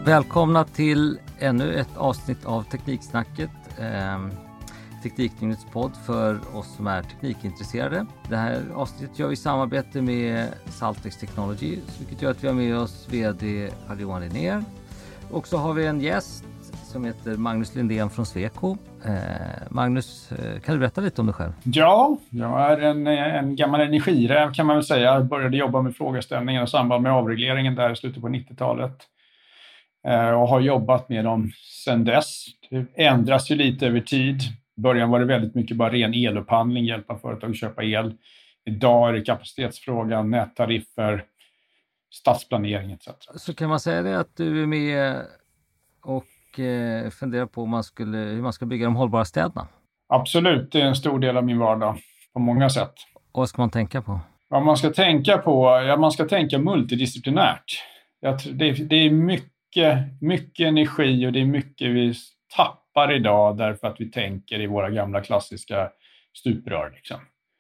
Välkomna till ännu ett avsnitt av Tekniksnacket. Tekniknyhetens podd för oss som är teknikintresserade. Det här avsnittet gör vi i samarbete med Saltex Technology, vilket gör att vi har med oss vd Carl-Johan Linnér. Och så har vi en gäst som heter Magnus Lindén från Sweco. Magnus, kan du berätta lite om dig själv? Ja, jag är en gammal energiräv kan man väl säga. Jag började jobba med frågeställningar i samband med avregleringen där i slutet på 90-talet. Och har jobbat med dem sedan dess. Det ändras ju lite över tid. I början var det väldigt mycket bara ren elupphandling, hjälpa företag att köpa el. Idag är det kapacitetsfrågan, nättariffer, stadsplanering etc. Så kan man säga det att du är med och funderar på hur man ska bygga de hållbara städerna? Absolut, det är en stor del av min vardag på många sätt. Och vad ska man tänka på? Vad man ska tänka på? Ja, man ska tänka multidisciplinärt. Det är mycket energi och det är mycket vi tappar idag därför att vi tänker i våra gamla klassiska stuprör. Liksom.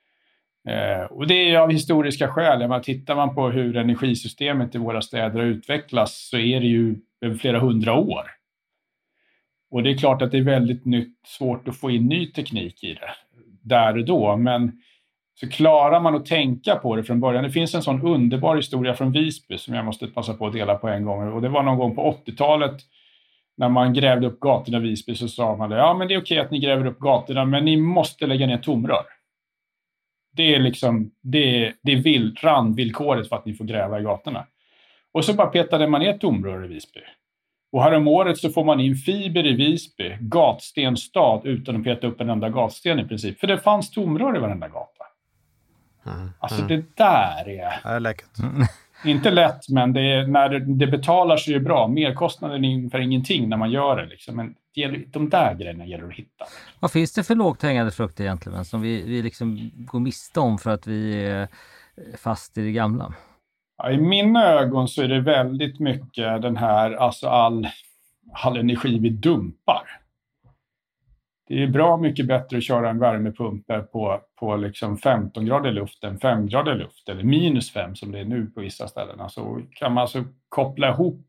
Och det är av historiska skäl. Tittar man på hur energisystemet i våra städer har utvecklats så är det ju över flera hundra år. Och det är klart att det är väldigt svårt att få in ny teknik i det där och då. Men så klarar man att tänka på det från början. Det finns en sån underbar historia från Visby som jag måste passa på att dela på en gång. Och det var någon gång på 80-talet när man grävde upp gatorna i Visby så sa man ja men det är okej att ni gräver upp gatorna men ni måste lägga ner tomrör. Det är liksom det är randvillkoret för att ni får gräva i gatorna. Och så bara petade man ner tomrör i Visby. Och här om året så får man in fiber i Visby, gatstenstad utan att peta upp en enda gatsten i princip. För det fanns tomrör i varenda gata. Alltså det där är läckert. Inte lätt, men när det betalar sig ju bra. Merkostnaden är ungefär ingenting när man gör det. Liksom. Men de där grejerna gäller att hitta. Vad finns det för lågt hängande frukter egentligen som vi liksom går miste om för att vi är fast i det gamla? Ja, i mina ögon så är det väldigt mycket den här, alltså all energi vi dumpar. Det är bra mycket bättre att köra en värmepump på liksom 15 grader luft än 5 grader luft. Eller -5 som det är nu på vissa ställen. Alltså kan man alltså koppla ihop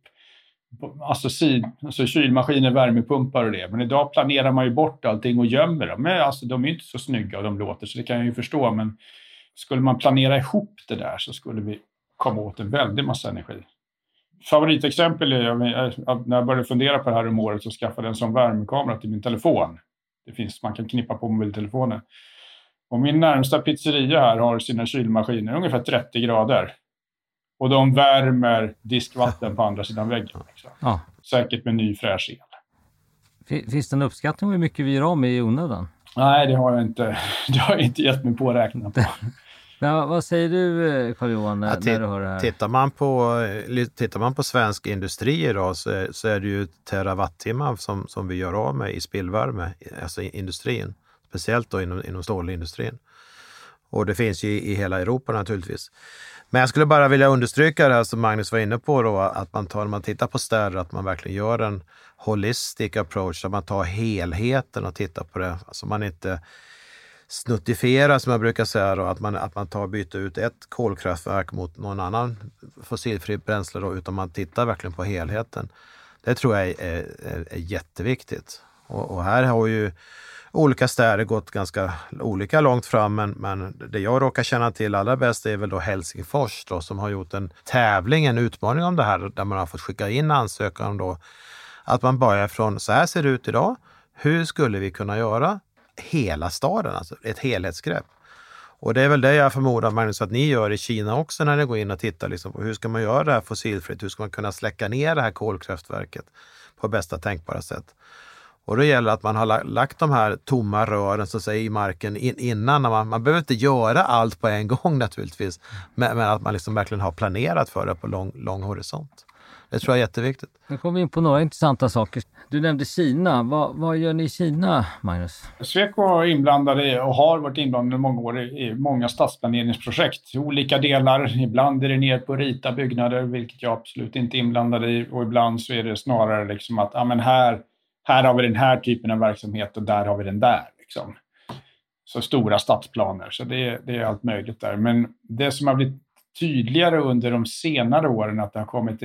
alltså kylmaskiner, värmepumpar och det. Men idag planerar man ju bort allting och gömmer dem. Men alltså de är inte så snygga och de låter så det kan jag ju förstå. Men skulle man planera ihop det där så skulle vi komma åt en väldig massa energi. Favoritexempel är när jag började fundera på det här om året så skaffade jag en sån värmekamera till min telefon. Man kan knippa på mobiltelefonen. Och min närmsta pizzeria här har sina kylmaskiner ungefär 30 grader. Och de värmer diskvatten på andra sidan väggen. Liksom. Ja. Säkert med ny fräsch el. Finns det en uppskattning hur mycket vi gör av med i onödan? Nej, det har jag inte. Det har jag inte gett mig på att räkna på. Men vad säger du, Carl-Johan, när du hör det här? Tittar man på svensk industri idag så är det ju terawattimmar som vi gör av med i spillvärme, alltså industrin. Speciellt då inom stålindustrin. Och det finns ju i hela Europa naturligtvis. Men jag skulle bara vilja understryka det här som Magnus var inne på då, att när man tittar på städer att man verkligen gör en holistic approach, att man tar helheten och tittar på det. Alltså man inte snuttifiera som jag brukar säga då, att man byter ut ett kolkraftverk mot någon annan fossilfri bränsle då, utan man tittar verkligen på helheten. Det tror jag är jätteviktigt. Och här har ju olika städer gått ganska olika långt fram, men det jag råkar känna till allra bäst är väl då Helsingfors då, som har gjort en utmaning om det här, där man har fått skicka in ansökan då, att man börjar från så här ser det ut idag, hur skulle vi kunna göra hela staden, alltså ett helhetsgrepp. Och det är väl det jag förmodar, Magnus, att ni gör i Kina också när ni går in och tittar liksom på hur ska man göra det här fossilfritt, hur ska man kunna släcka ner det här kolkraftverket på bästa tänkbara sätt. Och det gäller att man har lagt de här tomma rören så att säga, i marken innan. Man behöver inte göra allt på en gång naturligtvis, men att man liksom verkligen har planerat för det på lång horisont. Det tror jag är jätteviktigt. Nu kommer vi in på några intressanta saker. Du nämnde Kina. Vad gör ni i Kina, Magnus? Sweco är inblandade och har varit inblandade i många år i många stadsplaneringsprojekt. Olika delar. Ibland är det ner på rita byggnader, vilket jag absolut inte är inblandad i. Och ibland så är det snarare liksom att här har vi den här typen av verksamhet och där har vi den där. Liksom. Så stora stadsplaner. Så det är allt möjligt där. Men det som har blivit tydligare under de senare åren att det har kommit en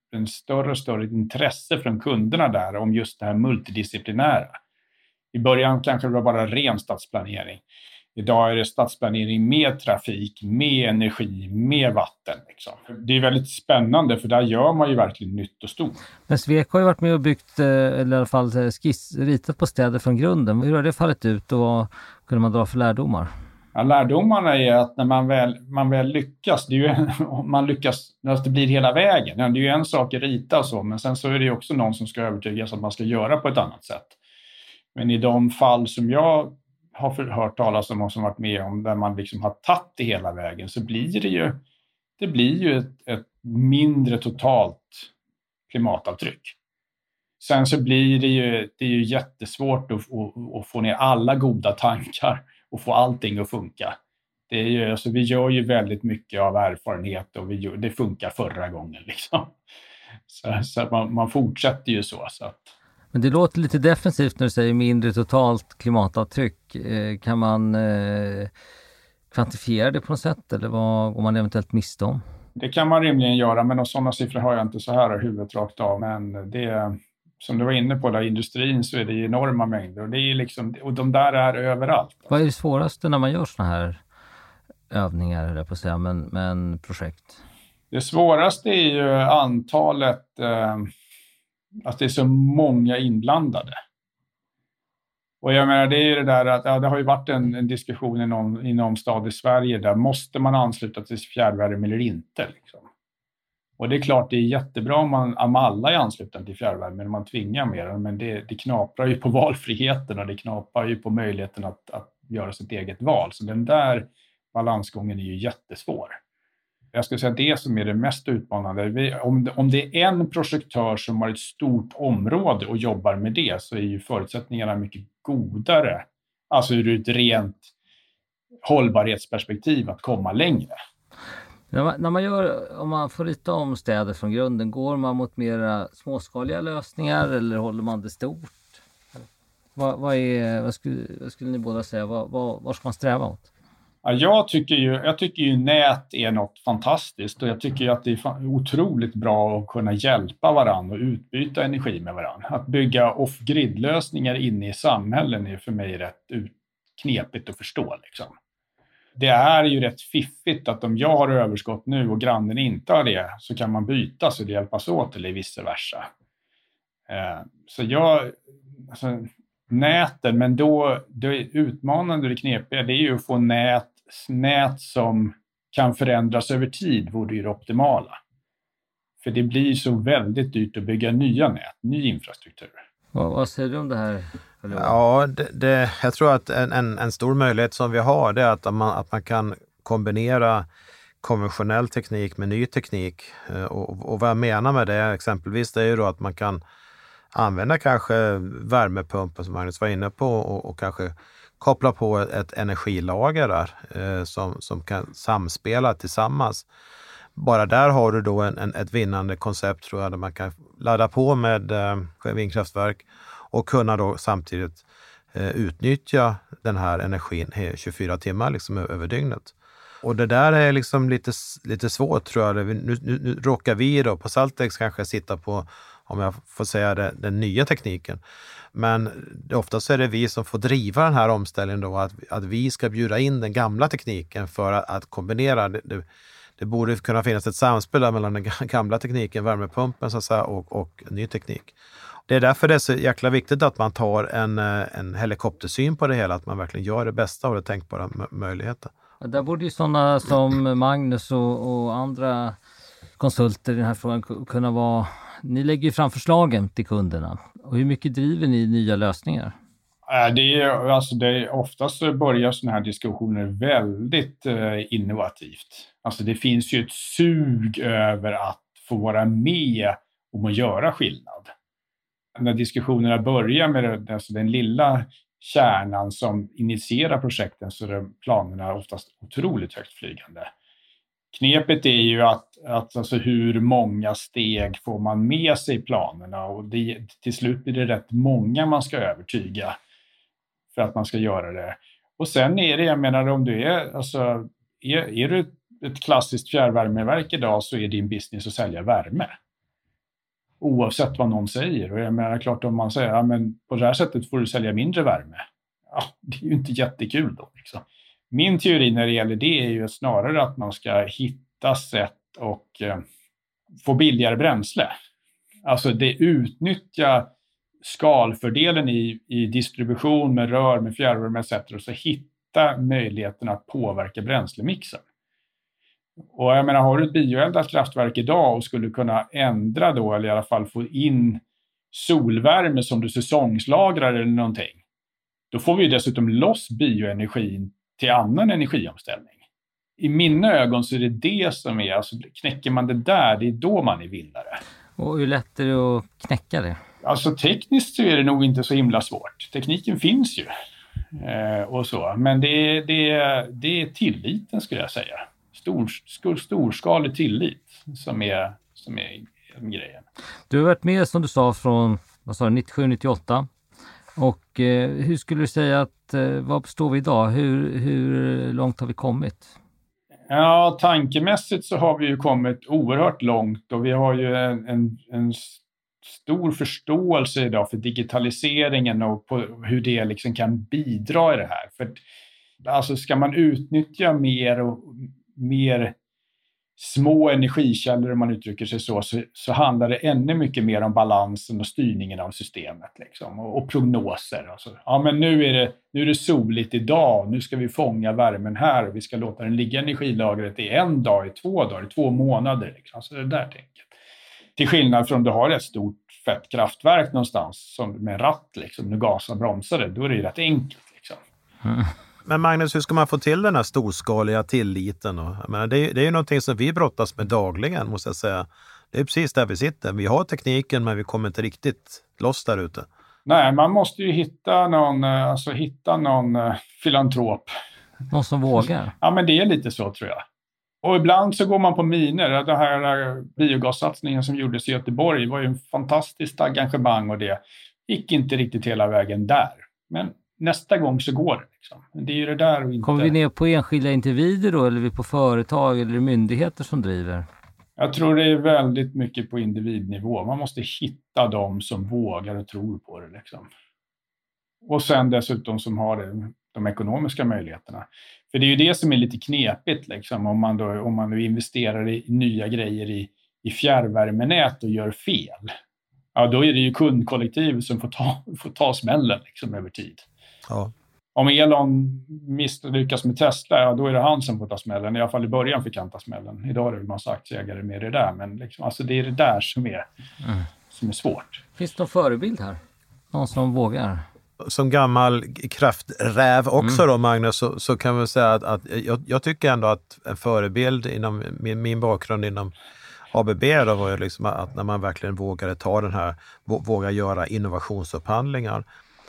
en större och större intresse från kunderna där om just det här multidisciplinära. I början kanske det var bara ren stadsplanering. Idag är det stadsplanering med trafik, med energi, med vatten. Liksom. Det är väldigt spännande för där gör man ju verkligen nytt och stort. Men Sweco har ju varit med och byggt, eller i alla fall ritat på städer från grunden. Hur har det fallit ut och vad kunde man dra för lärdomar? Ja, lärdomarna är att när man väl lyckas, det är ju, man lyckas när det blir hela vägen. Det är ju en sak att rita och så, men sen så är det ju också någon som ska övertygas att man ska göra på ett annat sätt. Men i de fall som jag har hört talas om och som varit med om där man liksom har tagit det hela vägen så blir det blir ju ett mindre totalt klimatavtryck. Sen så blir det är ju jättesvårt att få ner alla goda tankar och få allting att funka. Det är ju, alltså, vi gör ju väldigt mycket av erfarenhet och det funkar förra gången. Liksom. Så man fortsätter ju så att... Men det låter lite defensivt när du säger mindre totalt klimatavtryck. Kan man kvantifiera det på något sätt eller vad går man eventuellt miste om? Det kan man rimligen göra, men sådana siffror har jag inte så här i huvudet rakt av. Men det, som du var inne på, där industrin så är det enorma mängder och, det är liksom, och de där är överallt. Vad är det svåraste när man gör såna här övningar, eller på att säga, men projekt? Det svåraste är ju antalet... att det är så många inblandade. Och jag menar, det är ju det där att det har ju varit en diskussion i någon stad i Sverige där måste man ansluta till fjärrvärme eller inte. Liksom. Och det är klart, det är jättebra om alla är anslutna till fjärrvärme när man tvingar mer, men det knaprar ju på valfriheten och det knaprar ju på möjligheten att göra sitt eget val. Så den där balansgången är ju jättesvår. Jag skulle säga att det som är det mest utmanande. Om det är en projektör som har ett stort område och jobbar med det så är ju förutsättningarna mycket godare. Alltså ur ett rent hållbarhetsperspektiv att komma längre. Om man får rita om städer från grunden, går man mot mera småskaliga lösningar eller håller man det stort? Vad skulle ni båda säga? Var ska man sträva åt? Ja, jag tycker ju nät är något fantastiskt och jag tycker ju att det är otroligt bra att kunna hjälpa varandra och utbyta energi med varandra. Att bygga off-grid-lösningar inne i samhällen är för mig rätt knepigt att förstå. Liksom. Det är ju rätt fiffigt att om jag har överskott nu och grannen inte har det så kan man byta så det hjälpas åt eller vice versa. Näten, men då det utmanande och det knepiga det är ju att få nät som kan förändras över tid vore ju det optimala. För det blir så väldigt dyrt att bygga nya nät, ny infrastruktur. Vad säger du om det här? Ja, jag tror att en stor möjlighet som vi har det är att man kan kombinera konventionell teknik med ny teknik. Och vad jag menar med det exempelvis det är ju då att man kan använda kanske värmepumpar som Magnus var inne på och kanske koppla på ett energilager där som kan samspela tillsammans. Bara där har du då ett vinnande koncept tror jag där man kan ladda på med vindkraftverk och kunna då samtidigt utnyttja den här energin 24 timmar liksom över dygnet. Och det där är liksom lite svårt tror jag. Nu råkar vi då på Saltex kanske sitta på, om jag får säga det, den nya tekniken. Men oftast är det vi som får driva den här omställningen då, att vi ska bjuda in den gamla tekniken för att kombinera. Det borde kunna finnas ett samspel mellan den gamla tekniken, värmepumpen så att säga, och ny teknik. Det är därför det är så jäkla viktigt att man tar en helikoptersyn på det hela, att man verkligen gör det bästa av det tänkbara möjligheter. Där borde ju sådana som Magnus och andra konsulter i den här frågan kunna vara... Ni lägger ju fram förslagen till kunderna. Och hur mycket driver ni nya lösningar? Oftast så börjar sådana här diskussioner väldigt innovativt. Alltså det finns ju ett sug över att få vara med om att göra skillnad. När diskussionerna börjar med den lilla kärnan som initierar projekten så är planerna oftast otroligt högt flygande. Knepet är ju att alltså hur många steg får man med sig i planerna och till slut blir det rätt många man ska övertyga för att man ska göra det. Och sen är det, jag menar om du är du ett klassiskt fjärrvärmeverk idag så är din business att sälja värme. Oavsett vad någon säger. Och jag menar klart om man säger men på det här sättet får du sälja mindre värme. Ja, det är ju inte jättekul då. Liksom. Min teori när det gäller det är ju snarare att man ska hitta sätt och få billigare bränsle. Alltså det utnyttja skalfördelen i distribution med rör, med fjärrvärme etc. Och så hitta möjligheten att påverka bränslemixen. Och jag menar, har du ett bioeldat kraftverk idag och skulle kunna ändra då, eller i alla fall få in solvärme som du säsongslagrar eller någonting, då får vi dessutom loss bioenergin till annan energiomställning. I mina ögon så är det som är, alltså knäcker man det där, det är då man är vinnare. Och hur lätt är det att knäcka det? Alltså tekniskt så är det nog inte så himla svårt. Tekniken finns ju och så, men det är tilliten skulle jag säga. Storskalig tillit som är grejen. Du har varit med som du sa från 97-98 och hur skulle du säga att vad står vi idag? Hur långt har vi kommit? Ja, tankemässigt så har vi ju kommit oerhört långt och vi har ju en stor förståelse idag för digitaliseringen och på hur det liksom kan bidra i det här. För alltså ska man utnyttja mer små energikällor, om man uttrycker sig så handlar det ännu mycket mer om balansen och styrningen av systemet liksom, och prognoser. Alltså, men nu är det soligt idag, nu ska vi fånga värmen här och vi ska låta den ligga i energilagret i 1 dag, i 2 dagar, i 2 månader. Liksom. Så det där tänket. Till skillnad från du har ett stort fett kraftverk någonstans som med ratt, liksom, nu gasar och bromsar det, då är det rätt enkelt. Liksom. Men Magnus, hur ska man få till den här storskaliga tilliten? Jag menar, det är ju någonting som vi brottas med dagligen, måste jag säga. Det är precis där vi sitter. Vi har tekniken, men vi kommer inte riktigt loss där ute. Nej, man måste ju hitta någon filantrop. Någon som vågar. Ja, men det är lite så tror jag. Och ibland så går man på miner. Den här biogassatsningen som gjordes i Göteborg var ju en fantastiskt engagemang och det gick inte riktigt hela vägen där. Men nästa gång så går det. Liksom. Det är ju det där och inte... Kommer vi ner på enskilda individer då? Eller är vi på företag eller myndigheter som driver? Jag tror det är väldigt mycket på individnivå. Man måste hitta dem som vågar och tror på det. Liksom. Och sen dessutom som har de ekonomiska möjligheterna. För det är ju det som är lite knepigt. Liksom, om man då investerar i nya grejer i fjärrvärmenät och gör fel. Ja, då är det ju kundkollektiv som får ta smällen liksom, över tid. Ja. Om Elon misslyckas med Tesla, ja, då är det han som får ta smällen. I alla fall i början fick han ta smällen. Idag är det en massa aktieägare med det där. Men liksom, alltså det är det där som är svårt. Finns det någon förebild här? Någon som vågar? Som gammal krafträv också då, Magnus, så kan man säga att jag tycker ändå att en förebild inom min bakgrund inom ABB då var ju liksom att när man verkligen vågade ta den här, våga göra innovationsupphandlingar,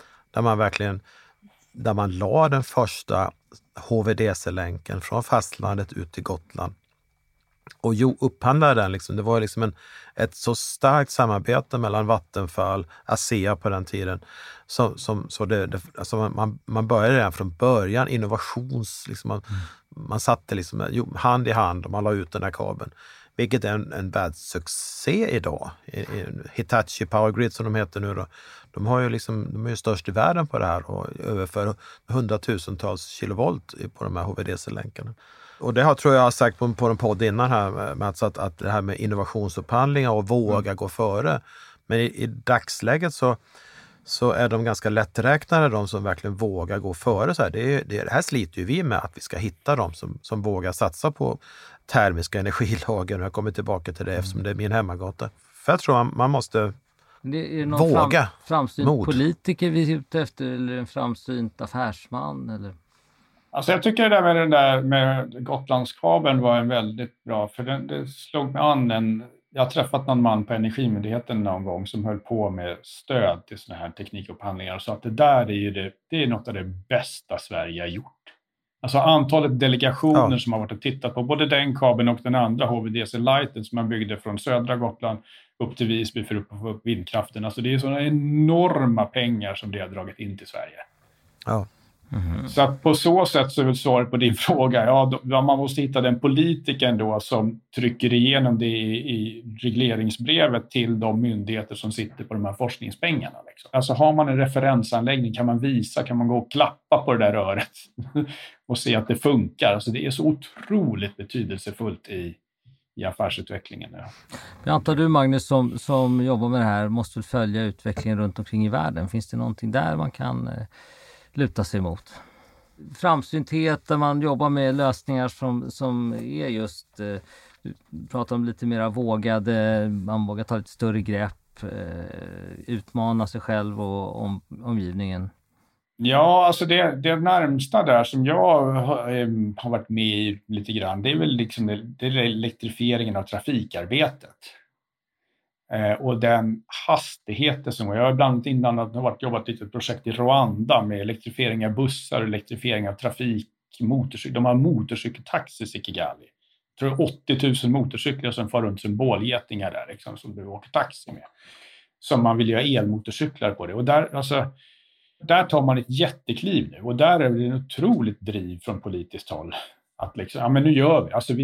där man la den första HVDC-länken från fastlandet ut till Gotland och upphandlade den. Liksom. Det var liksom ett så starkt samarbete mellan Vattenfall, ASEA på den tiden. Man började redan från början, liksom, man satte liksom, hand i hand och man la ut den här kabeln. Vilket är en världssuccé idag. Hitachi Power Grid som de heter nu då. De är ju störst i världen på det här och överför 100,000-tals kilovolt på de här HVDC-länkarna. Och det tror jag sagt på en podd innan här, Mats, att det här med innovationsupphandlingar och våga gå före. Men i dagsläget så är de ganska lätträknade, de som verkligen vågar gå före. Så här. Det här sliter ju vi med, att vi ska hitta dem som vågar satsa på termiska energilager. Jag kommer tillbaka till det eftersom det är min hemmagata. För jag tror man måste det är någon våga. Framsynt mod. Politiker vi är ute efter, eller en framsynt affärsman? Eller? Alltså jag tycker det där med Gotlandskabeln var en väldigt bra, för det slog mig an jag har träffat någon man på Energimyndigheten någon gång som höll på med stöd till såna här teknikupphandlingar och sa att det där är något av det bästa Sverige har gjort. Alltså antalet delegationer som har varit och tittat på både den kabeln och den andra HVDC-lighten som man byggde från södra Gotland upp till Visby för att få upp vindkraften. Alltså det är sådana enorma pengar som det har dragit in till Sverige. Ja. Så att på så sätt så är väl svaret på din fråga, ja, man måste hitta den politikern då som trycker igenom det i regleringsbrevet till de myndigheter som sitter på de här forskningspengarna. Liksom. Alltså har man en referensanläggning kan man gå och klappa på det där röret och se att det funkar. Alltså det är så otroligt betydelsefullt i affärsutvecklingen. Ja. Jag antar du, Magnus, som jobbar med det här måste följa utvecklingen runt omkring i världen. Finns det någonting där man kan luta sig mot? Framsynthet där man jobbar med lösningar som är just, du pratar om lite mer vågade, man vågar ta lite större grepp, utmana sig själv och omgivningen. Ja, alltså det närmsta där som jag har varit med i lite grann, det är väl liksom det är elektrifieringen av trafikarbetet. Och den hastigheten som jag har bland annat jobbat i ett projekt i Rwanda med elektrifiering av bussar och elektrifiering av trafik, motorcyklar. De har motorcykeltaxis i Kigali. Jag tror 80 000 motorcyklar som far runt symbolgetingar där liksom, som du åker taxi med. Som man vill göra elmotorcyklar på det. Och där tar man ett jättekliv nu. Och där är det en otroligt driv från politiskt håll. Att liksom, ja men nu gör vi. Alltså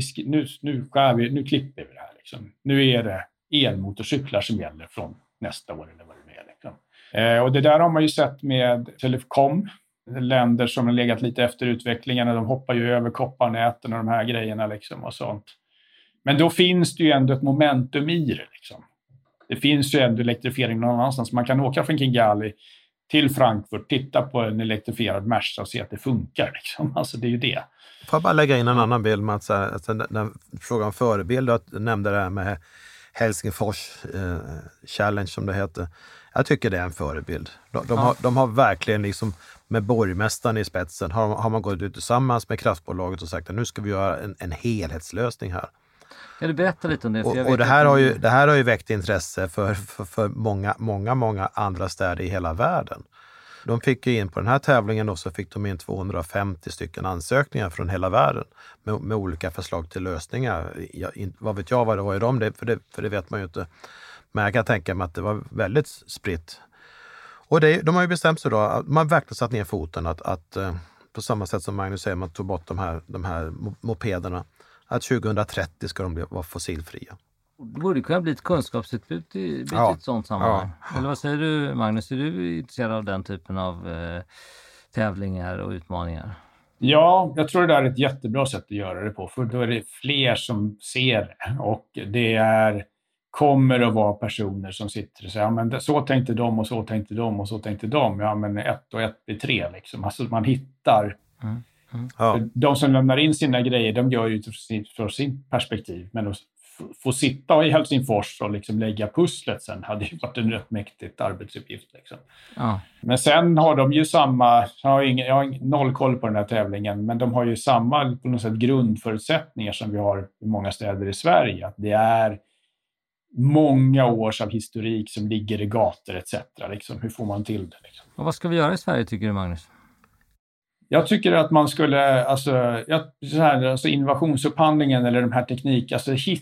nu klipper vi det här liksom. Nu är det elmotorcyklar som gäller från nästa år eller vad det är. Liksom. Och det där har man ju sett med telekom. Länder som har legat lite efter utvecklingen. De hoppar ju över kopparnäten och de här grejerna liksom och sånt. Men då finns det ju ändå ett momentum i det liksom. Det finns ju ändå elektrifiering någon annanstans. Man kan åka från Kigali till Frankfurt, titta på en elektrifierad Merca och se att det funkar. Liksom. Alltså det är ju det. Får jag bara lägga in en annan bild, Mats? Alltså, den frågan om förebild, du nämnde det här med Helsingfors Challenge som det heter. Jag tycker det är en förebild. De har verkligen liksom med borgmästaren i spetsen har man gått ut tillsammans med kraftbolaget och sagt att nu ska vi göra en helhetslösning här. Kan du berätta lite om det? Och det här har ju väckt intresse för många andra städer i hela världen. De fick ju in på den här tävlingen och så fick de in 250 stycken ansökningar från hela världen med olika förslag till lösningar. Vad vet jag vad det var i dem, för det vet man ju inte. Men jag kan tänka mig att det var väldigt spritt. Och de har ju bestämt sig då, man verkligen satt ner foten att på samma sätt som Magnus säger, man tog bort de här mopederna. Att 2030 ska de vara fossilfria. Det borde kunna bli ett kunskapsutbyte i ett sådant sammanhang. Ja. Eller vad säger du, Magnus? Är du intresserad av den typen av tävlingar och utmaningar? Ja, jag tror det där är ett jättebra sätt att göra det på. För då är det fler som ser det. Och det kommer att vara personer som sitter och säger ja, men så tänkte de och så tänkte de och så tänkte de. Ja, men 1 och 1 blir 3 liksom. Alltså man hittar... Ja. De som lämnar in sina grejer, de gör ju från sin perspektiv. Men att få sitta i Helsingfors och liksom lägga pusslet sen hade ju varit en rätt mäktigt arbetsuppgift. Liksom. Ja. Men sen har de ju samma, jag har noll koll på den här tävlingen, men de har ju samma på något sätt grundförutsättningar som vi har i många städer i Sverige. Att det är många års av historik som ligger i gator etc. Liksom. Hur får man till det? Liksom? Och vad ska vi göra i Sverige tycker du, Magnus? Jag tycker att man skulle, alltså innovationsupphandlingen eller de här teknikerna,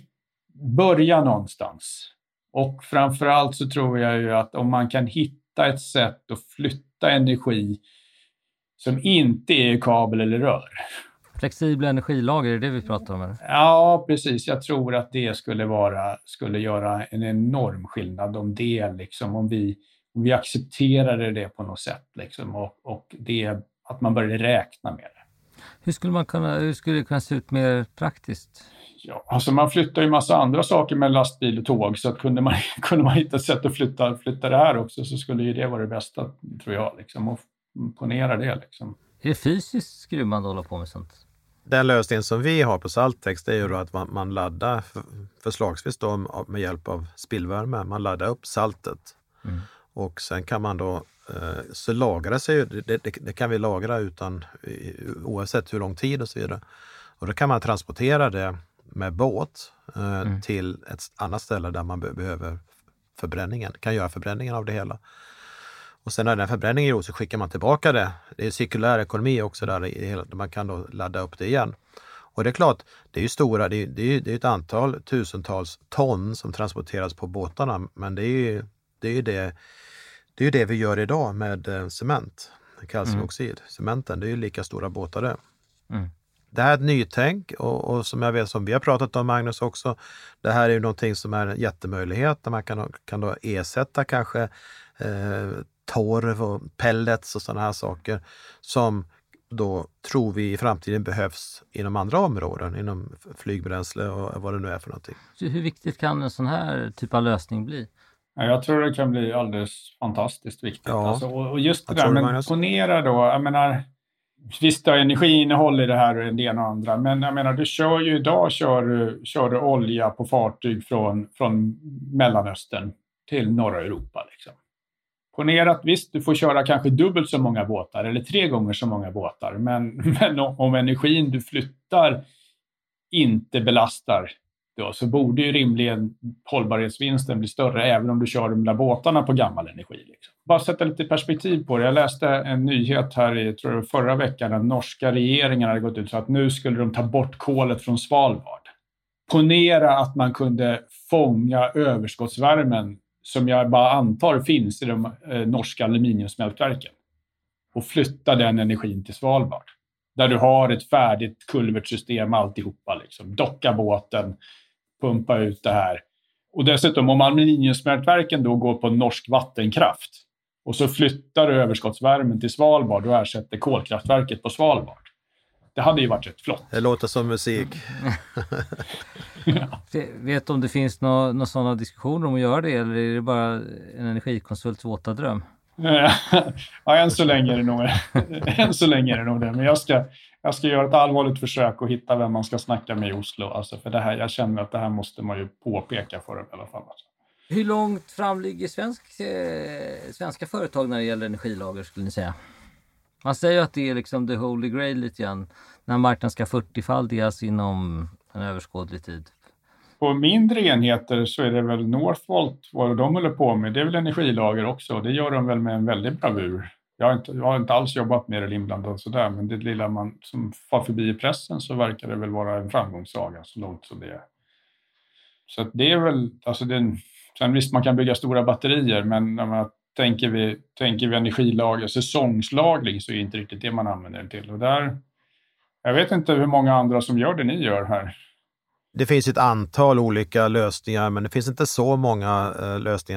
börja någonstans. Och framförallt så tror jag ju att om man kan hitta ett sätt att flytta energi som inte är kabel eller rör. Flexibla energilager, är det vi pratar om? Eller? Ja, precis. Jag tror att det skulle göra en enorm skillnad om det, liksom, om vi accepterade det på något sätt. Liksom, och det att man började räkna med det. Hur skulle det kunna se ut mer praktiskt? Ja, alltså man flyttar ju massa andra saker med lastbil och tåg, så att kunde man hitta ett sätt att flytta det här också, så skulle ju det vara det bästa, tror jag, liksom, och ponera det. Liksom. Är det fysiskt skrummande att hålla på med sånt? Den lösningen som vi har på Saltex, det är ju då att man laddar förslagsvis då med hjälp av spillvärme, man laddar upp saltet. Och sen kan man då så lagra sig, det kan vi lagra oavsett hur lång tid och så vidare. Och då kan man transportera det med båt till ett annat ställe där man behöver kan göra förbränningen av det hela. Och sen när den förbränningen är gjord så skickar man tillbaka det. Det är cirkulär ekonomi också där man kan då ladda upp det igen. Och det är klart, det är ju stora, det är ett antal tusentals ton som transporteras på båtarna, men det är ju det vi gör idag med cement. kalciumoxid, cementen. Det är ju lika stora båtar det. Mm. Det här är ett nytänk och som jag vet, som vi har pratat om, Magnus, också. Det här är ju någonting som är en jättemöjlighet där man kan då ersätta kanske torv och pellets och sådana här saker som då tror vi i framtiden behövs inom andra områden, inom flygbränsle och vad det nu är för någonting. Så hur viktigt kan en sån här typ av lösning bli? Ja, jag tror det kan bli alldeles fantastiskt viktigt. Ja. Alltså, och just det Jag där, tror det, men Magnus. ponera då, jag menar, visst har energiinnehåll i det här och det ena och andra, men jag menar, du kör ju idag kör du olja på fartyg från Mellanöstern till norra Europa. Liksom. Ponera att visst, du får köra kanske dubbelt så många båtar eller 3 gånger så många båtar, men om energin du flyttar inte belastar då, så borde ju rimligen hållbarhetsvinsten bli större även om du kör de där båtarna på gammal energi. Liksom. Bara sätta lite perspektiv på det. Jag läste en nyhet här i förra veckan att norska regeringen hade gått ut så att nu skulle de ta bort kolet från Svalbard. Ponera att man kunde fånga överskottsvärmen som jag bara antar finns i de norska aluminiumsmältverken och flytta den energin till Svalbard. Där du har ett färdigt kulvertsystem alltihopa. Liksom. Docka båten, pumpa ut det här. Och dessutom om aluminiumsmältverken då går på norsk vattenkraft och så flyttar du överskottsvärmen till Svalbard och ersätter kolkraftverket på Svalbard. Det hade ju varit rätt flott. Det låter som musik. Ja. Vet du om det finns några sådana diskussioner om att göra det, eller är det bara en energikonsults våta dröm? Ja, än så länge är det nog det. Men jag ska göra ett allvarligt försök att hitta vem man ska snacka med i Oslo. Alltså för det här, jag känner att det här måste man ju påpeka för dem i alla fall. Alltså. Hur långt fram ligger svenska företag när det gäller energilager, skulle ni säga? Man säger att det är liksom the holy grail lite grann, när marknaden ska 40-faldigas inom en överskådlig tid. På mindre enheter så är det väl Northvolt, vad de håller på med. Det är väl energilager också. Det gör de väl med en väldig bravur. Jag har inte alls jobbat med det inblandat sådär, men det lilla man som far förbi i pressen så verkar det väl vara en framgångssaga så långt som det är. Så att det är väl, alltså sen visst man kan bygga stora batterier, men när man tänker vi energilager, säsongslagring, så är det inte riktigt det man använder det till. Och där, jag vet inte hur många andra som gör det ni gör här. Det finns ett antal olika lösningar, men det finns inte så många lösningar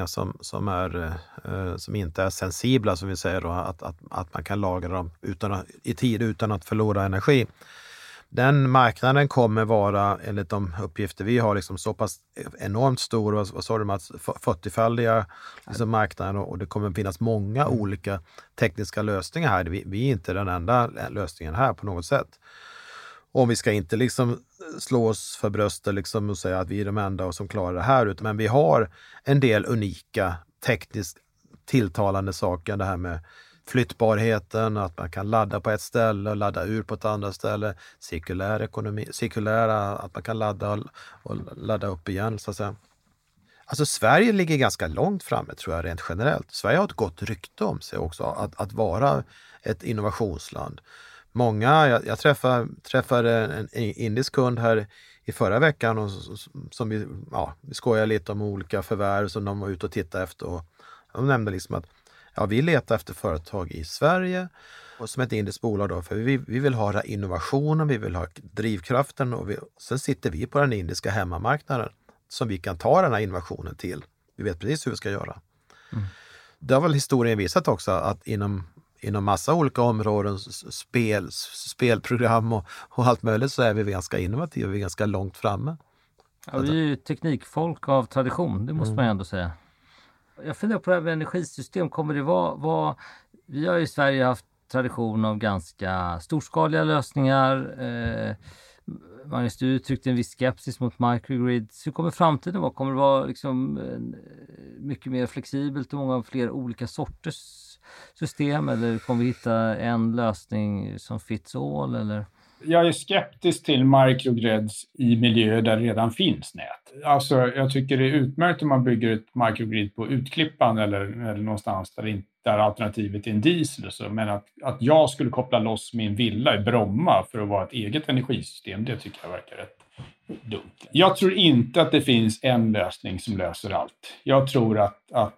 som inte är sensibla, som vi säger då, att man kan lagra dem i tid utan att förlora energi. Den marknaden kommer vara, enligt de uppgifter vi har, liksom så pass enormt stor, vad sa du, Mats, 40-faldiga liksom marknaden, och det kommer finnas många olika tekniska lösningar här. Vi är inte den enda lösningen här på något sätt. Om vi ska inte liksom slå oss för bröstet liksom och säga att vi är de enda som klarar det här, men vi har en del unika tekniskt tilltalande saker. Det här med flyttbarheten, att man kan ladda på ett ställe och ladda ur på ett annat ställe. Cirkulära, att man kan ladda och ladda upp igen, så att säga. Alltså Sverige ligger ganska långt framme, tror jag, rent generellt. Sverige har ett gott rykte om sig också, att vara ett innovationsland. Jag träffade en indisk kund här i förra veckan och som vi skojar lite om olika förvärv som de var ute och tittade efter, och de nämnde liksom att vi letar efter företag i Sverige och som ett indiskt bolag då, för vi vill ha innovationen, vi vill ha drivkraften, och sen sitter vi på den indiska hemmamarknaden som vi kan ta den här innovationen till. Vi vet precis hur vi ska göra. Mm. Det har väl historien visat också, att inom massa olika områden, spelprogram och allt möjligt, så är vi ganska innovativa, vi är ganska långt framme. Ja, vi är ju teknikfolk av tradition, det måste man ändå säga. Jag funderar på det här med energisystem, kommer det vara vi har i Sverige haft tradition av ganska storskaliga lösningar. Magnus, du uttryckte en viss skepsis mot microgrids. Hur kommer framtiden vara? Kommer det vara liksom mycket mer flexibelt och många fler olika sorters system, eller kommer vi hitta en lösning som fits all, eller? Jag är skeptisk till microgrids i miljöer där det redan finns nät. Alltså, jag tycker det är utmärkt om man bygger ett microgrid på Utklippan eller någonstans där alternativet är en diesel. Så. Men att jag skulle koppla loss min villa i Bromma för att vara ett eget energisystem, det tycker jag verkar rätt dumt. Jag tror inte att det finns en lösning som löser allt. Jag tror att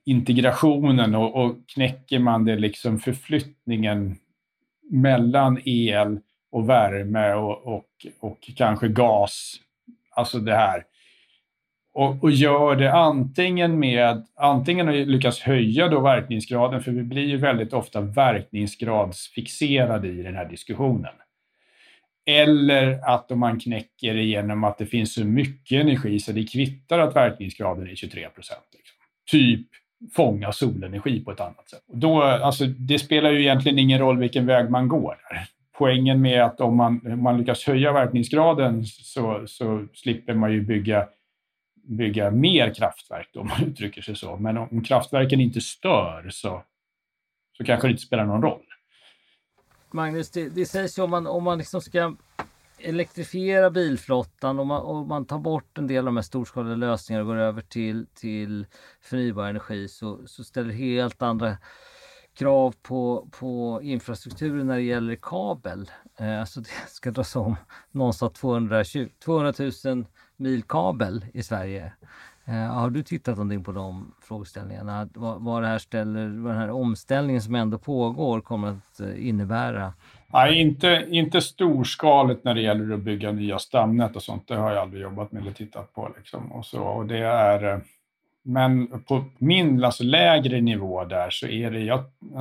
integrationen och knäcker man det liksom förflyttningen mellan el och värme och kanske gas, alltså det här. Och gör det antingen att lyckas höja då verkningsgraden, för vi blir ju väldigt ofta verkningsgradsfixerade i den här diskussionen. Eller att om man knäcker det genom att det finns så mycket energi så det kvittar att verkningsgraden är 23%. Liksom. Typ fånga solenergi på ett annat sätt. Och då, alltså, det spelar ju egentligen ingen roll vilken väg man går där. Poängen med att om man lyckas höja verkningsgraden så slipper man ju bygga mer kraftverk då, om man uttrycker sig så. Men om kraftverken inte stör så kanske det inte spelar någon roll. Magnus, det sägs ju om man liksom ska elektrifiera bilflottan och man tar bort en del av de här storskaliga lösningarna och går över till förnybar energi så ställer helt andra krav på infrastrukturen när det gäller kabel. Alltså det ska dras om någonstans 200 000 mil kabel i Sverige. Har du tittat någonting på de frågeställningarna? Vad den här omställningen som ändå pågår kommer att innebära? Nej, inte storskaligt när det gäller att bygga nya stamnät och sånt. Det har jag aldrig jobbat med eller tittat på. Liksom. Och det är, men på lägre nivå där så är det...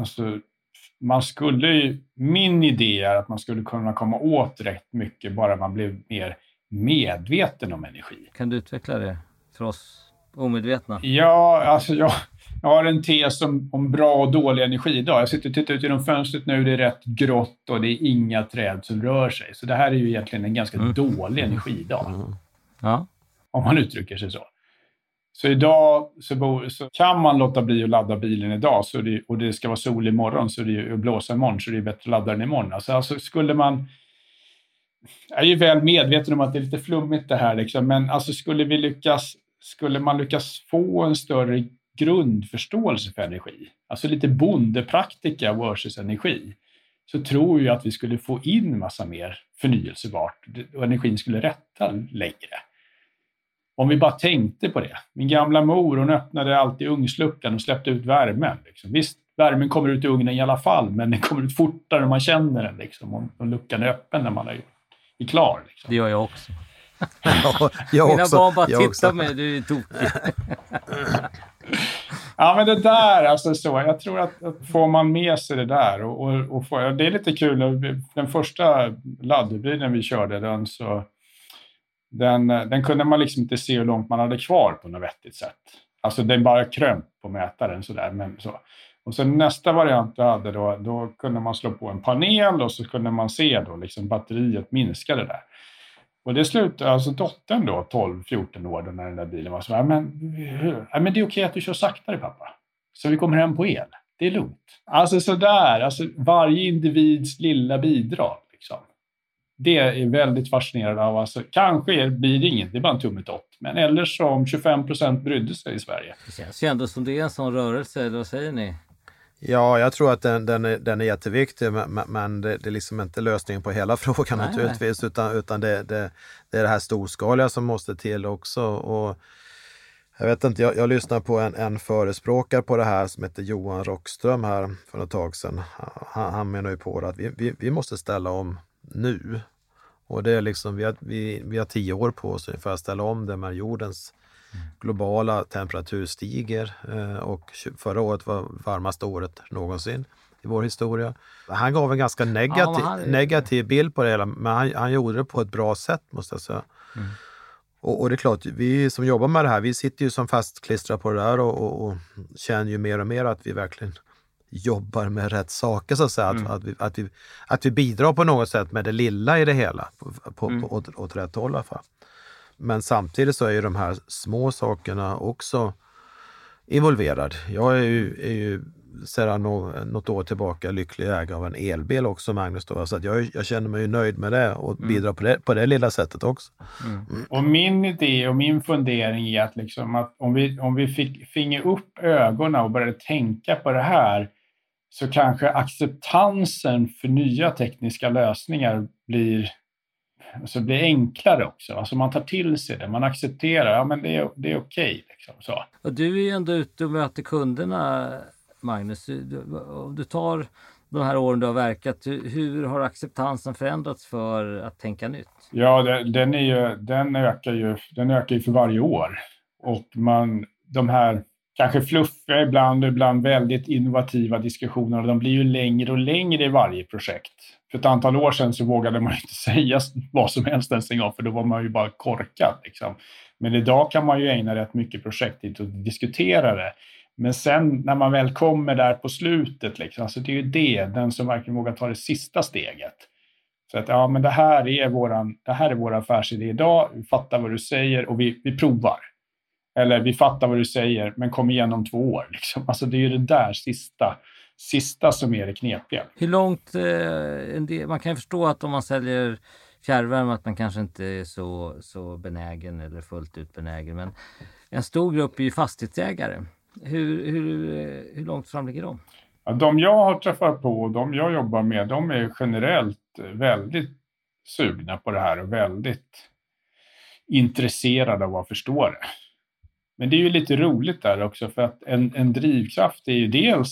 min idé är att man skulle kunna komma åt rätt mycket bara man blev mer medveten om energi. Kan du utveckla det för oss omedvetna? Ja, alltså jag har en tes om bra och dålig energi idag. Jag sitter och tittar ut genom fönstret nu, det är rätt grått och det är inga träd som rör sig. Så det här är ju egentligen en ganska dålig energidag. Ja. Om man uttrycker sig så. Så idag så kan man låta bli att ladda bilen idag och det ska vara sol imorgon så det är blåsa imorgon så det är bättre att ladda den imorgon. Alltså skulle man... Jag är ju väl medveten om att det är lite flummigt det här liksom, men alltså skulle man lyckas få en större grundförståelse för energi, alltså lite bondepraktika versus energi, så tror jag att vi skulle få in massa mer förnyelsebart och energin skulle rätta längre. Om vi bara tänkte på det. Min gamla mor, hon öppnade alltid ugnsluckan och släppte ut värmen. Liksom. Visst, värmen kommer ut i ugnen i alla fall, men den kommer ut fortare när man känner den. Liksom, om luckan är öppen när man är klar. Liksom. Det gör jag också. jag Mina också, barn bara jag tittar också. med, du är tokig. Ja, men det där, alltså så. Jag tror att får man med sig det där och får, det är lite kul. Den första laddhybriden vi körde, den kunde man liksom inte se hur långt man hade kvar på något vettigt sätt. Alltså den bara krömp på mätaren sådär, men så. Och sen nästa variant jag hade då kunde man slå på en panel och så kunde man se då liksom batteriet minskade där. Och det slutade, alltså dottern då, 12-14 år då, när den där bilen var så här, men det är okej att du kör saktare pappa. Så vi kommer hem på el. Det är lugnt. Alltså sådär, alltså varje individs lilla bidrag liksom. Det är väldigt fascinerande av, alltså kanske blir det inget, det är bara en tummetott. Men eller som 25% brydde sig i Sverige. Det känns ju ändå som det är en sån rörelse, eller vad säger ni? Ja, jag tror att den är jätteviktig, men det är liksom inte lösningen på hela frågan naturligtvis, utan det är det här storskaliga som måste till också. Och jag vet inte, jag lyssnar på en förespråkare på det här som heter Johan Rockström här för ett tag sedan. Han menar ju på att vi måste ställa om nu. Och det är liksom, vi har 10 år på oss för att ställa om det, med jordens globala temperatur stiger och förra året var varmaste året någonsin i vår historia. Han gav en ganska negativ bild på det hela, men han gjorde det på ett bra sätt, måste jag säga. Och det är klart, vi som jobbar med det här, vi sitter ju som fastklistrade på det där och känner ju mer och mer att vi verkligen jobbar med rätt saker, så att säga. Att vi bidrar på något sätt med det lilla i det hela åt rätt håll i alla fall. Men samtidigt så är ju de här små sakerna också involverade. Jag är ju sedan något år tillbaka lycklig ägare av en elbil också, Magnus. Då. Så att jag känner mig nöjd med det och bidrar på det lilla sättet också. Och min idé och min fundering är att, liksom att om vi finge upp ögonen och började tänka på det här, så kanske acceptansen för nya tekniska lösningar blir alltså blir enklare också. Alltså man tar till sig det, man accepterar, ja men det är okej. Liksom, så. Och du är ju ändå ute och möter kunderna, Magnus. Om du tar de här åren du har verkat, hur har acceptansen förändrats för att tänka nytt? Ja, den ökar ju för varje år. Och de här kanske fluffiga ibland väldigt innovativa diskussioner, de blir ju längre och längre i varje projekt. För ett antal år sedan så vågade man inte säga vad som helst ens en gång, för då var man ju bara korkad. Liksom. Men idag kan man ju ägna rätt mycket projekttid och diskutera det. Men sen när man väl kommer där på slutet, liksom, så det är ju den som verkligen vågar ta det sista steget. Så att ja, men det här är vår affärsidé idag, vi fattar vad du säger och vi provar. Eller vi fattar vad du säger, men kom igen om 2 år. Liksom. Alltså det är ju det där sista som är det knepiga. Hur långt, man kan ju förstå att om man säljer fjärrvärme att man kanske inte är så benägen eller fullt ut benägen. Men en stor grupp är ju fastighetsägare. Hur långt fram ligger de? Ja, de jag har träffat på och de jag jobbar med, de är generellt väldigt sugna på det här och väldigt intresserade av att förstå det. Men det är ju lite roligt där också, för att en drivkraft är ju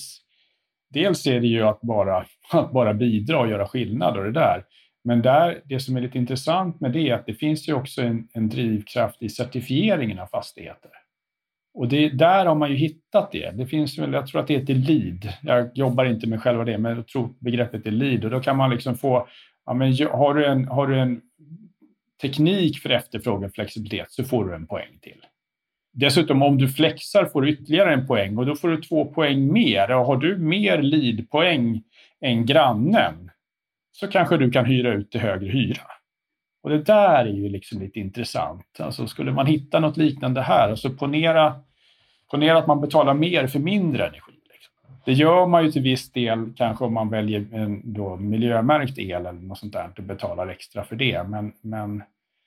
dels är det ju att bara bidra och göra skillnad och det där. Men det som är lite intressant med det är att det finns ju också en drivkraft i certifieringen av fastigheter. Och där har man ju hittat det. Det finns väl, jag tror att det heter LEED. Jag jobbar inte med själva det, men jag tror begreppet är LEED. Och då kan man liksom få, ja, men har du en teknik för efterfrågeflexibilitet så får du en poäng till. Dessutom om du flexar får du ytterligare en poäng och då får du 2 poäng mer. Och har du mer LEED-poäng än grannen så kanske du kan hyra ut till högre hyra. Och det där är ju liksom lite intressant. Alltså skulle man hitta något liknande här, alltså ponera att man betalar mer för mindre energi. Liksom. Det gör man ju till viss del kanske om man väljer en då miljömärkt el eller något sånt där och betalar extra för det. Men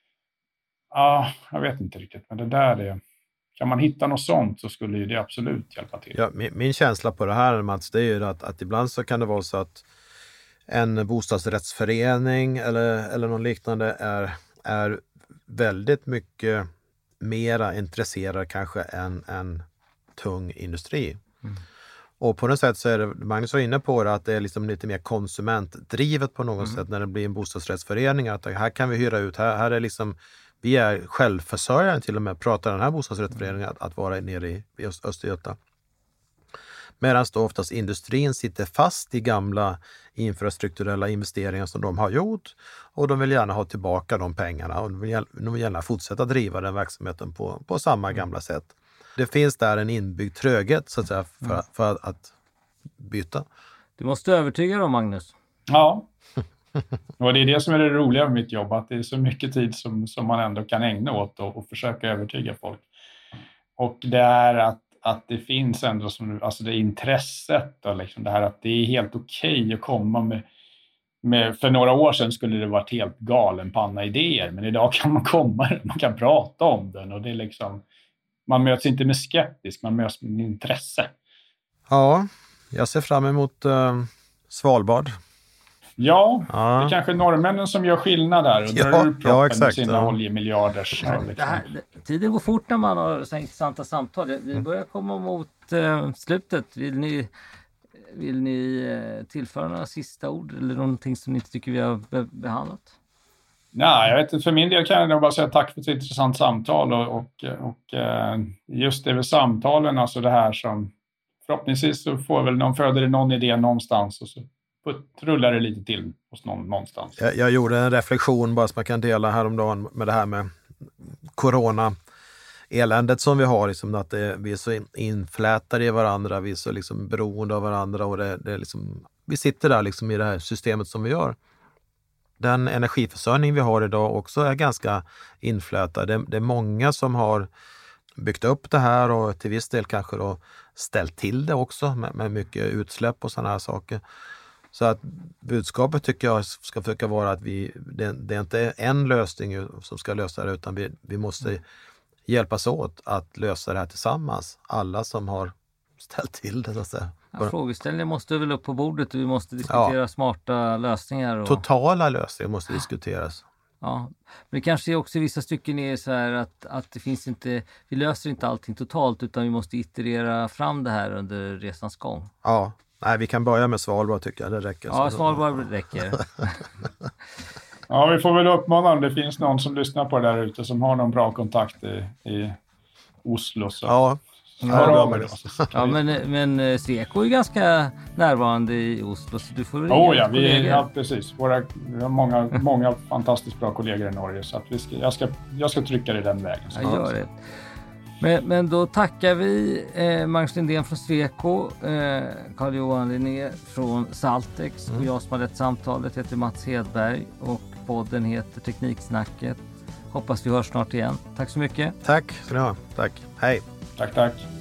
ja, jag vet inte riktigt. Men det där är... Kan man hitta något sånt så skulle ju det absolut hjälpa till. Ja, min känsla på det här, Mats, det är ju att ibland så kan det vara så att en bostadsrättsförening eller någon liknande är väldigt mycket mera intresserad kanske än tung industri. Mm. Och på något sätt så är det, Magnus var inne på det, att det är liksom lite mer konsumentdrivet på något sätt när det blir en bostadsrättsförening. Att här kan vi hyra ut, här är liksom, vi är självförsörjare till och med, pratar den här bostadsrättsföreningen att vara nere i Östergötland. Medan då oftast industrin sitter fast i gamla infrastrukturella investeringar som de har gjort och de vill gärna ha tillbaka de pengarna och de vill gärna fortsätta driva den verksamheten på samma gamla sätt. Det finns där en inbyggd tröghet så att säga för att byta. Du måste övertyga dem, Magnus. Ja, och det är det som är det roliga med mitt jobb, att det är så mycket tid som man ändå kan ägna åt och försöka övertyga folk. Och det är att det finns ändå alltså det intresset och liksom det här att det är helt okej att komma med för några år sedan skulle det varit helt galen panna idéer, men idag kan man komma, man kan prata om den och det är liksom, man möts inte med skeptisk, man möts med intresse. Ja, jag ser fram emot Svalbard. Ja, det är kanske norrmännen som gör skillnad där och drar ur proppen med sina oljemiljarders. Tiden går fort när man har så intressanta samtal. Vi börjar komma mot slutet. Vill ni tillföra några sista ord eller någonting som ni inte tycker vi har behandlat? Nej, jag vet inte. För min del kan jag bara säga tack för ett intressant samtal och just det med samtalen, alltså det här som förhoppningsvis så föder det någon idé någonstans och så rullar det lite till hos någonstans. Jag gjorde en reflektion bara som man kan dela häromdagen med det här med corona-eländet som vi har. Liksom, att vi är så inflätade i varandra, vi är så liksom beroende av varandra och det är liksom, vi sitter där liksom i det här systemet som vi gör. Den energiförsörjning vi har idag också är ganska inflätad. Det är många som har byggt upp det här och till viss del kanske då ställt till det också med mycket utsläpp och sådana här saker. Så att budskapet tycker jag ska försöka vara att det är inte en lösning som ska lösa det, utan vi måste hjälpas åt att lösa det här tillsammans. Alla som har ställt till det så att säga. Ja, frågeställningen måste väl upp på bordet och vi måste diskutera smarta lösningar. Totala lösningar måste diskuteras. Ja, men det kanske också i vissa stycken är så här att det finns inte, vi löser inte allting totalt utan vi måste iterera fram det här under resans gång. Ja, nej, vi kan börja med Svalbard tycker jag, det räcker. Ja, Svalbard räcker. Ja, vi får väl uppmana om det finns någon som lyssnar på det där ute som har någon bra kontakt i Oslo. Så. Ja. Ja, men Sweco är ganska närvarande i Oslo, så du får väl ja, precis. Vi har många fantastiskt bra kollegor i Norge, så att jag ska trycka det den vägen. Jag gör det. Men då tackar vi Magnus Lindén från Sweco, Carl-Johan Linné från Saltex och jag som har lett samtalet heter Mats Hedberg och podden heter Tekniksnacket. Hoppas vi hörs snart igen. Tack så mycket. Tack ska ni ha. Tack. Hej. Tack.